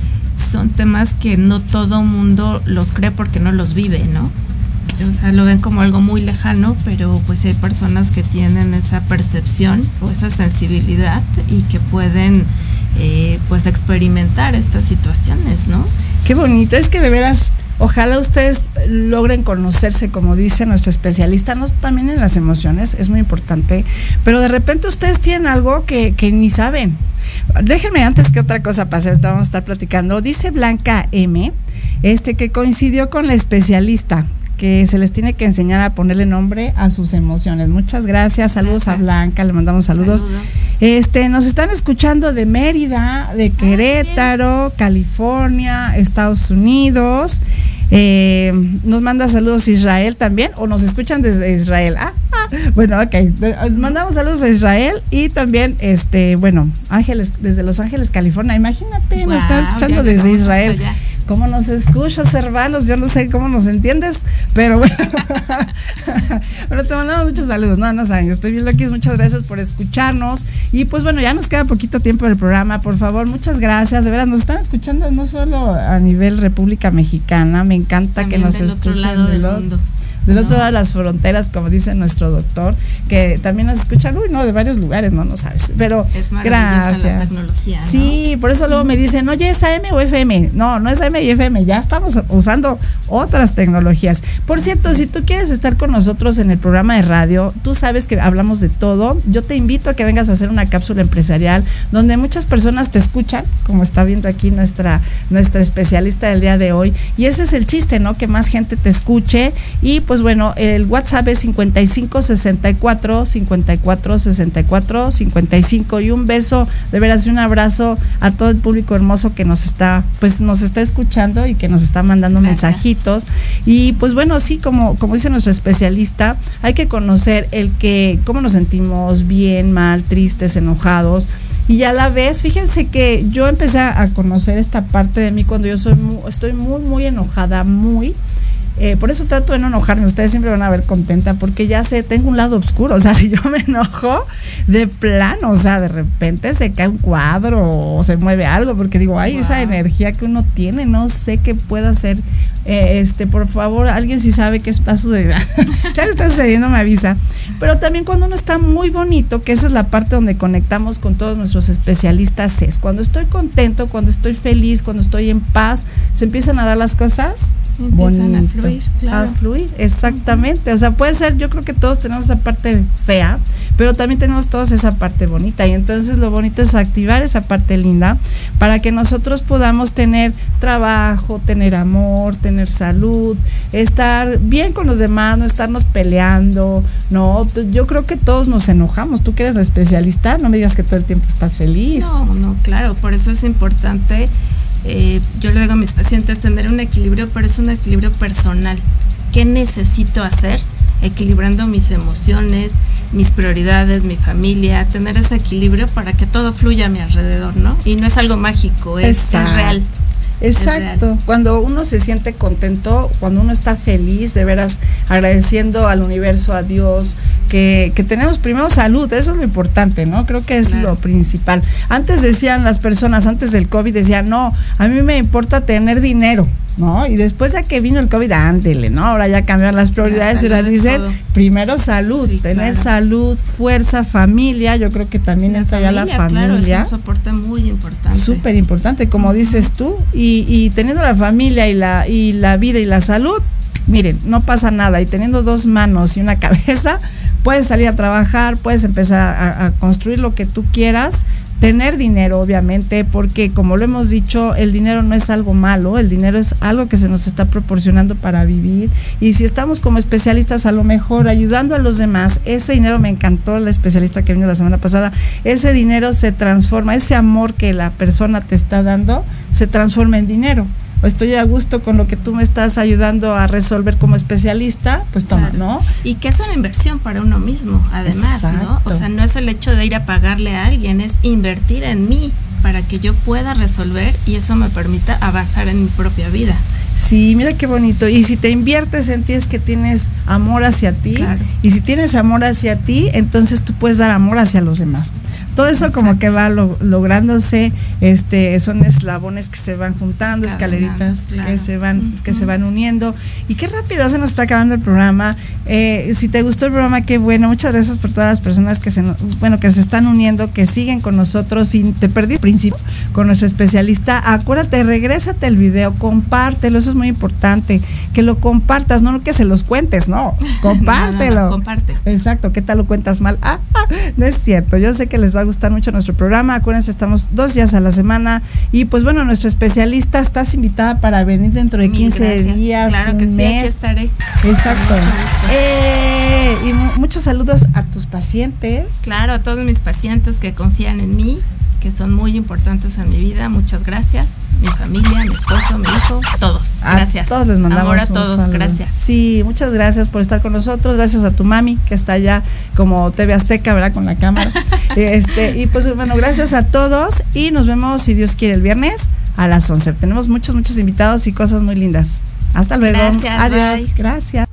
son temas que no todo mundo los cree porque no los vive, ¿no? O sea, lo ven como algo muy lejano, pero pues hay personas que tienen esa percepción o esa sensibilidad y que pueden eh, pues experimentar estas situaciones, ¿no? Qué bonito, es que de veras, ojalá ustedes logren conocerse, como dice nuestra especialista, no también en las emociones, es muy importante, pero de repente ustedes tienen algo que, que ni saben. Déjenme antes que otra cosa pase, ahorita vamos a estar platicando. Dice Blanca M, este que coincidió con la especialista, que se les tiene que enseñar a ponerle nombre a sus emociones. Muchas gracias, saludos gracias. A Blanca, le mandamos saludos. saludos. Este, nos están escuchando de Mérida, de Querétaro, ah, California, Estados Unidos. Eh, nos manda saludos Israel también, o nos escuchan desde Israel. Ah, ah, bueno, ok, mandamos saludos a Israel y también, este, bueno, Ángeles, desde Los Ángeles, California. Imagínate, wow, nos están escuchando desde Israel. ¿Cómo nos escuchas, hermanos? Yo no sé cómo nos entiendes, pero bueno. Pero te mandamos muchos saludos. No, no saben, estoy bien loquis. Muchas gracias por escucharnos. Y pues bueno, ya nos queda poquito tiempo del programa. Por favor, muchas gracias. De veras, nos están escuchando no solo a nivel República Mexicana. Me encanta también que nos del escuchen otro lado del mundo. Del no. otro lado de las fronteras, como dice nuestro doctor, que también nos escuchan, uy, no, de varios lugares, no, no sabes, pero es maravillosa gracias. La tecnología, ¿no? Sí, por eso luego me dicen, oye, ¿es A M o F M? No, no es A M y F M, ya estamos usando otras tecnologías. Por cierto, si tú quieres estar con nosotros en el programa de radio, tú sabes que hablamos de todo, yo te invito a que vengas a hacer una cápsula empresarial, donde muchas personas te escuchan, como está viendo aquí nuestra, nuestra especialista del día de hoy, y ese es el chiste, ¿no? Que más gente te escuche. Y pues bueno, el WhatsApp es cincuenta y cinco sesenta y cuatro cincuenta y cuatro sesenta y cuatro cincuenta y cinco, y un beso, de veras, y un abrazo a todo el público hermoso que nos está, pues nos está escuchando y que nos está mandando Gracias. mensajitos. Y pues bueno, sí, como, como dice nuestra especialista, hay que conocer el que, cómo nos sentimos, bien, mal, tristes, enojados. Y a la vez, fíjense que yo empecé a conocer esta parte de mí cuando yo soy muy, estoy muy, muy enojada, muy... Eh, por eso trato de no enojarme, ustedes siempre van a ver contenta, porque ya sé, tengo un lado oscuro, o sea, si yo me enojo de plano, o sea, de repente se cae un cuadro o se mueve algo, porque digo, ay, wow. Esa energía que uno tiene, no sé qué pueda hacer. Eh, este, por favor, alguien si sabe qué está sucediendo, ya está sucediendo, me avisa. Pero también cuando uno está muy bonito, que esa es la parte donde conectamos con todos nuestros especialistas, es cuando estoy contento, cuando estoy feliz, cuando estoy en paz, se empiezan a dar las cosas empiezan bonito, a fluir, claro. A fluir, exactamente. O sea, puede ser, yo creo que todos tenemos esa parte fea, pero también tenemos todos esa parte bonita, y entonces lo bonito es activar esa parte linda para que nosotros podamos tener trabajo, tener amor, tener salud, estar bien con los demás, no estarnos peleando, no, yo creo que todos nos enojamos. Tú que eres la especialista, no me digas que todo el tiempo estás feliz. No, no, claro, por eso es importante. Eh, yo le digo a mis pacientes tener un equilibrio, pero es un equilibrio personal. ¿Qué necesito hacer? Equilibrando mis emociones, mis prioridades, mi familia, tener ese equilibrio para que todo fluya a mi alrededor, ¿no? Y no es algo mágico, es, es real. Exacto, cuando uno se siente contento, cuando uno está feliz, de veras agradeciendo al universo, a Dios, que, que tenemos primero salud, eso es lo importante, ¿no? Creo que es claro. Lo principal. Antes decían las personas, antes del COVID decían, no, a mí me importa tener dinero, ¿no? Y después de que vino el COVID, ándele, ¿no? Ahora ya cambiaron las prioridades y ahora dicen, primero salud, sí, tener claro. salud, fuerza, familia, yo creo que también entra ya la familia. Claro, es un soporte muy importante. Súper importante, como uh-huh. dices tú, y, y teniendo la familia y la, y la vida y la salud, miren, no pasa nada, y teniendo dos manos y una cabeza, puedes salir a trabajar, puedes empezar a, a construir lo que tú quieras. Tener dinero, obviamente, porque como lo hemos dicho, el dinero no es algo malo, el dinero es algo que se nos está proporcionando para vivir, y si estamos como especialistas a lo mejor ayudando a los demás, ese dinero, me encantó la especialista que vino la semana pasada, ese dinero se transforma, ese amor que la persona te está dando, se transforma en dinero. O estoy a gusto con lo que tú me estás ayudando a resolver como especialista, pues toma, claro. ¿no? Y que es una inversión para uno mismo, además, Exacto. ¿no? O sea, no es el hecho de ir a pagarle a alguien, es invertir en mí para que yo pueda resolver y eso me permita avanzar en mi propia vida. Sí, mira qué bonito. Y si te inviertes en ti es que tienes amor hacia ti, claro. y si tienes amor hacia ti, entonces tú puedes dar amor hacia los demás. Todo eso Exacto. como que va lo, lográndose, este, son eslabones que se van juntando, escaleritas claro. que se van, uh-huh. que se van uniendo. Y qué rápido se nos está acabando el programa. Eh, si te gustó el programa, qué bueno. Muchas gracias por todas las personas que se, bueno, que se están uniendo, que siguen con nosotros. Si te perdí el principio con nuestro especialista, acuérdate, regrésate el video, compártelo, eso es muy importante, que lo compartas, no que se los cuentes, no, compártelo. no, no, no, comparte. Exacto, ¿qué tal lo cuentas mal? Ah, ah, no es cierto, yo sé que les va a gustar mucho nuestro programa. Acuérdense, estamos dos días a la semana y pues bueno, nuestra especialista, estás invitada para venir dentro de Mil quince gracias. días, claro un que mes. Sí, aquí estaré. Exacto. Eh, y mu- muchos saludos a tus pacientes. Claro, a todos mis pacientes que confían en mí, que son muy importantes en mi vida. Muchas gracias. Mi familia, mi esposo, mi hijo, todos. Gracias. A todos les mandamos amor a un todos, saludo. Gracias. Sí, muchas gracias por estar con nosotros. Gracias a tu mami que está allá como T V Azteca, ¿verdad? Con la cámara. este y pues bueno, gracias a todos y nos vemos si Dios quiere el viernes a las once. Tenemos muchos, muchos invitados y cosas muy lindas. Hasta luego. Gracias. Adiós. Bye. Gracias.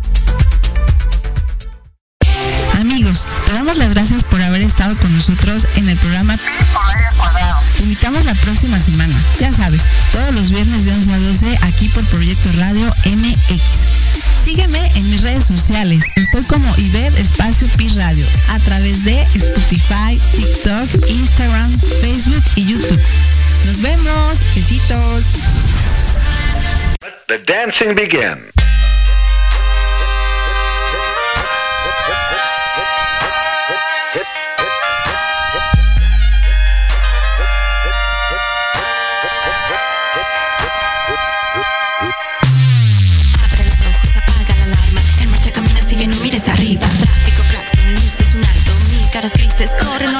Amigos, te damos las gracias por haber estado con nosotros en el programa. Te invitamos la próxima semana. Ya sabes, todos los viernes de once a doce aquí por Proyecto Radio M X. Sígueme en mis redes sociales. Estoy como Iber Espacio Pi Radio a través de Spotify, TikTok, Instagram, Facebook y YouTube. Nos vemos. Besitos. Let the dancing begin. Abre los ojos, apaga la alarma. En marcha camina, sigue, no mires arriba. Tráfico, claxon, luces, un alto. Mil caras grises corren.